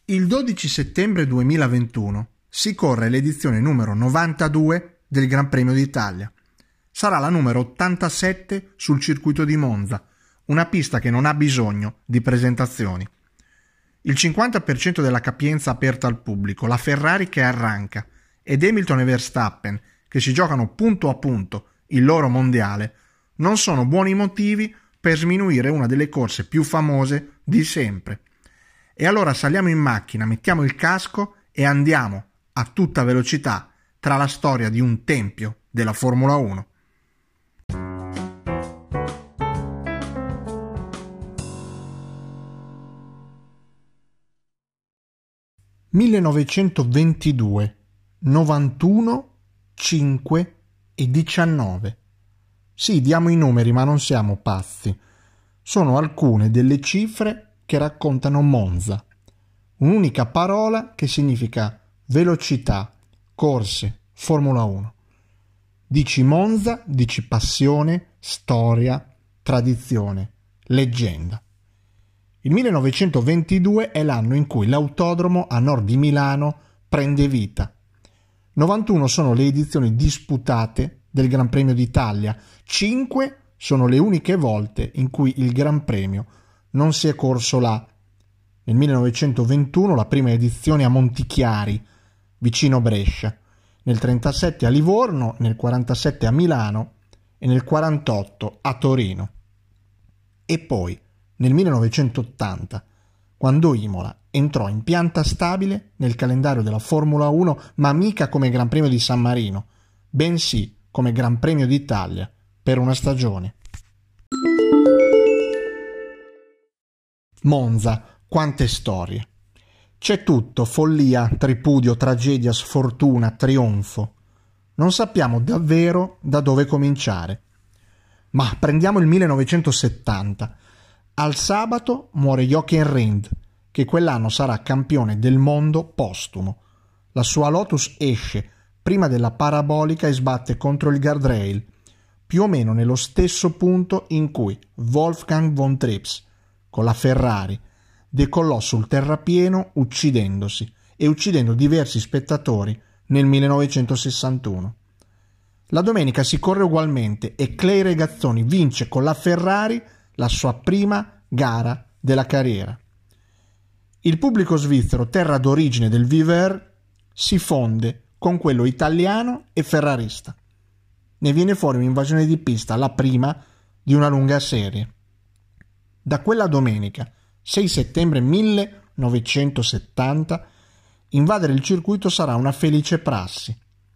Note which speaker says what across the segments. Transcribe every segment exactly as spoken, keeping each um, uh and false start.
Speaker 1: Il dodici settembre duemilaventuno si corre l'edizione numero novantadue del Gran Premio d'Italia. Sarà la numero ottantasette sul circuito di Monza, una pista che non ha bisogno di presentazioni. Il cinquanta per cento della capienza aperta al pubblico, la Ferrari che arranca ed Hamilton e Verstappen che si giocano punto a punto il loro mondiale non sono buoni motivi per sminuire una delle corse più famose di sempre. E allora saliamo in macchina, mettiamo il casco e andiamo a tutta velocità tra la storia di un tempio della Formula uno. millenovecentoventidue, novantuno, cinque e diciannove. Sì, diamo i numeri, ma non siamo pazzi. Sono alcune delle cifre che raccontano Monza, un'unica parola che significa velocità, corse, Formula uno. Dici Monza, dici passione, storia, tradizione, leggenda. Il millenovecentoventidue è l'anno in cui l'autodromo a nord di Milano prende vita. novantuno sono le edizioni disputate del Gran Premio d'Italia, cinque sono le uniche volte in cui il Gran Premio non si è corso là. Nel millenovecentoventuno la prima edizione a Montichiari, vicino Brescia, nel trentasette a Livorno, nel quarantasette a Milano e nel quarantotto a Torino. E poi, nel millenovecentottanta, quando Imola entrò in pianta stabile nel calendario della Formula uno, ma mica come Gran Premio di San Marino, bensì come Gran Premio d'Italia per una stagione. Monza, quante storie. C'è tutto, follia, tripudio, tragedia, sfortuna, trionfo. Non sappiamo davvero da dove cominciare. Ma prendiamo il millenovecentosettanta. Al sabato muore Jochen Rindt, che quell'anno sarà campione del mondo postumo. La sua Lotus esce prima della parabolica e sbatte contro il guardrail, più o meno nello stesso punto in cui Wolfgang von Trips, con la Ferrari, decollò sul terrapieno uccidendosi e uccidendo diversi spettatori nel millenovecentosessantuno. La domenica si corre ugualmente e Clay Regazzoni vince con la Ferrari la sua prima gara della carriera. Il pubblico svizzero, terra d'origine del Viver, si fonde con quello italiano e ferrarista. Ne viene fuori un'invasione di pista, la prima di una lunga serie. Da quella domenica, sei settembre millenovecentosettanta, invadere il circuito sarà una felice prassi.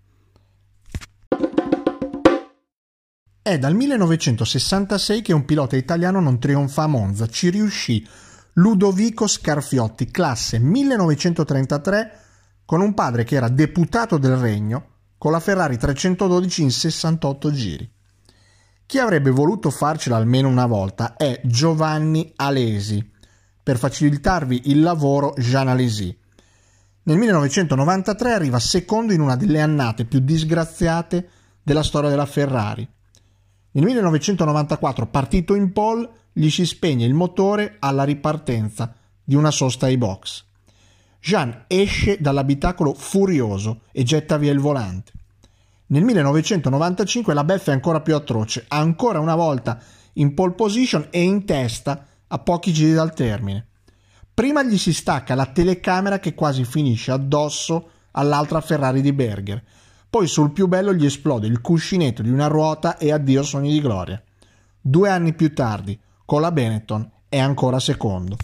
Speaker 1: È dal millenovecentosessantasei che un pilota italiano non trionfa a Monza. Ci riuscì Ludovico Scarfiotti, classe millenovecentotrentatré, con un padre che era deputato del Regno, con la Ferrari trecentododici in sessantotto giri. Chi avrebbe voluto farcela almeno una volta è Giovanni Alesi, per facilitarvi il lavoro Jean Alesi. Nel millenovecentonovantatré arriva secondo in una delle annate più disgraziate della storia della Ferrari. Nel millenovecentonovantaquattro, partito in pole, gli si spegne il motore alla ripartenza di una sosta ai box. Jean esce dall'abitacolo furioso e getta via il volante. Nel millenovecentonovantacinque la beffa è ancora più atroce, ancora una volta in pole position e in testa a pochi giri dal termine. Prima gli si stacca la telecamera che quasi finisce addosso all'altra Ferrari di Berger, poi sul più bello gli esplode il cuscinetto di una ruota e addio sogni di gloria. Due anni più tardi, con la Benetton, è ancora secondo.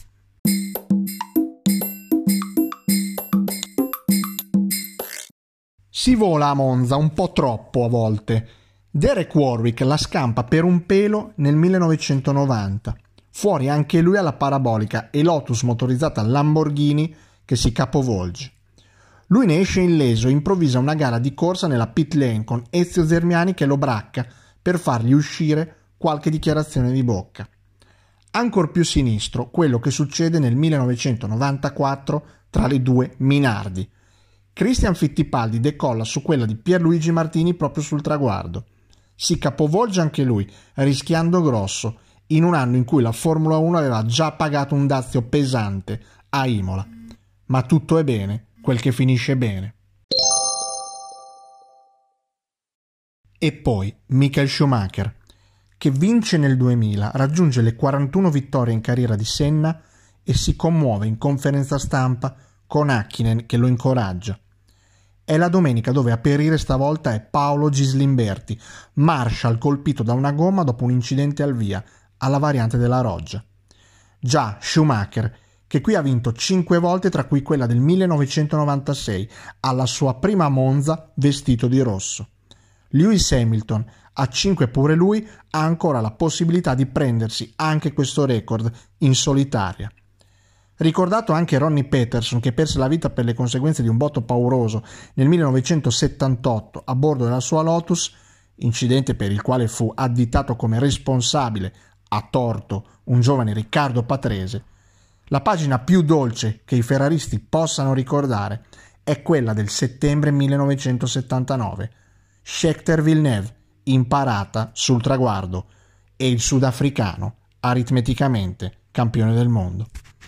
Speaker 1: Si vola a Monza un po' troppo a volte. Derek Warwick la scampa per un pelo nel millenovecentonovanta. Fuori anche lui alla parabolica e Lotus motorizzata Lamborghini che si capovolge. Lui ne esce illeso e improvvisa una gara di corsa nella pit lane con Ezio Zermiani che lo bracca per fargli uscire qualche dichiarazione di bocca. Ancor più sinistro quello che succede nel millenovecentonovantaquattro tra le due Minardi. Christian Fittipaldi decolla su quella di Pierluigi Martini proprio sul traguardo. Si capovolge anche lui, rischiando grosso, in un anno in cui la Formula uno aveva già pagato un dazio pesante a Imola. ma tutto è bene quel che finisce bene. E poi Michael Schumacher, che vince nel duemila, raggiunge le quarantuno vittorie in carriera di Senna e si commuove in conferenza stampa con Häkkinen che lo incoraggia. È la domenica dove a perire stavolta è Paolo Gislimberti, Marshall colpito da una gomma dopo un incidente al via alla variante della Roggia. Già Schumacher, che qui ha vinto cinque volte, tra cui quella del millenovecentonovantasei, alla sua prima Monza vestito di rosso. Lewis Hamilton, a cinque pure lui, ha ancora la possibilità di prendersi anche questo record in solitaria. Ricordato anche Ronnie Peterson, che perse la vita per le conseguenze di un botto pauroso nel millenovecentosettantotto a bordo della sua Lotus, incidente per il quale fu additato come responsabile, a torto, un giovane Riccardo Patrese. La pagina più dolce che i ferraristi possano ricordare è quella del settembre millenovecentosettantanove. Scheckter Villeneuve in parata sul traguardo e il sudafricano aritmeticamente campione del mondo.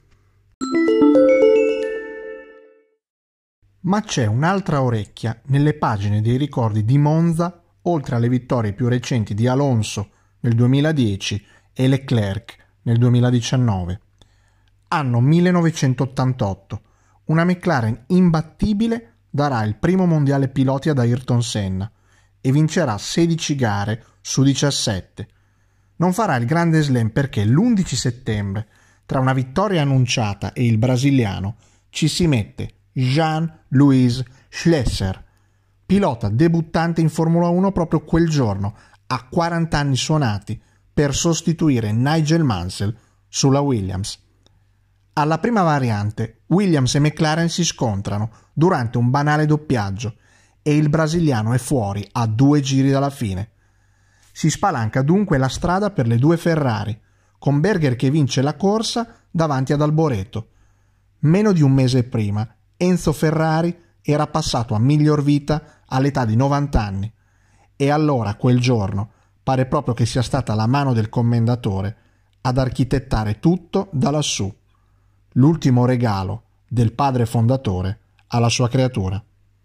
Speaker 1: Ma c'è un'altra orecchia nelle pagine dei ricordi di Monza, oltre alle vittorie più recenti di Alonso nel duemiladieci e Leclerc nel duemiladiciannove. Anno millenovecentottantotto, una McLaren imbattibile darà il primo mondiale piloti ad Ayrton Senna e vincerà sedici gare su diciassette. Non farà il grande slam perché l'undici settembre, tra una vittoria annunciata e il brasiliano, ci si mette Jean-Louis Schlesser, pilota debuttante in Formula uno proprio quel giorno, a quaranta anni suonati, per sostituire Nigel Mansell sulla Williams. Alla prima variante, Williams e McLaren si scontrano durante un banale doppiaggio e il brasiliano è fuori a due giri dalla fine. Si spalanca dunque la strada per le due Ferrari, con Berger che vince la corsa davanti ad Alboreto. Meno di un mese prima, Enzo Ferrari era passato a miglior vita all'età di novanta anni e allora quel giorno pare proprio che sia stata la mano del commendatore ad architettare tutto da lassù. L'ultimo regalo del padre fondatore alla sua creatura.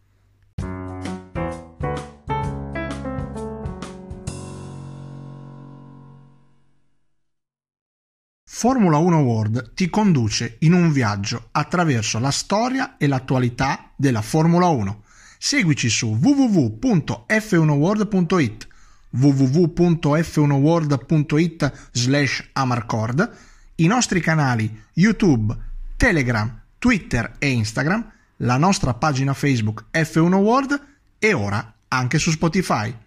Speaker 1: Formula uno World ti conduce in un viaggio attraverso la storia e l'attualità della Formula uno. Seguici su w w w punto f uno world punto i t, w w w punto f uno world punto i t slash amarcord, i nostri canali YouTube, Telegram, Twitter e Instagram, la nostra pagina Facebook F uno World e ora anche su Spotify.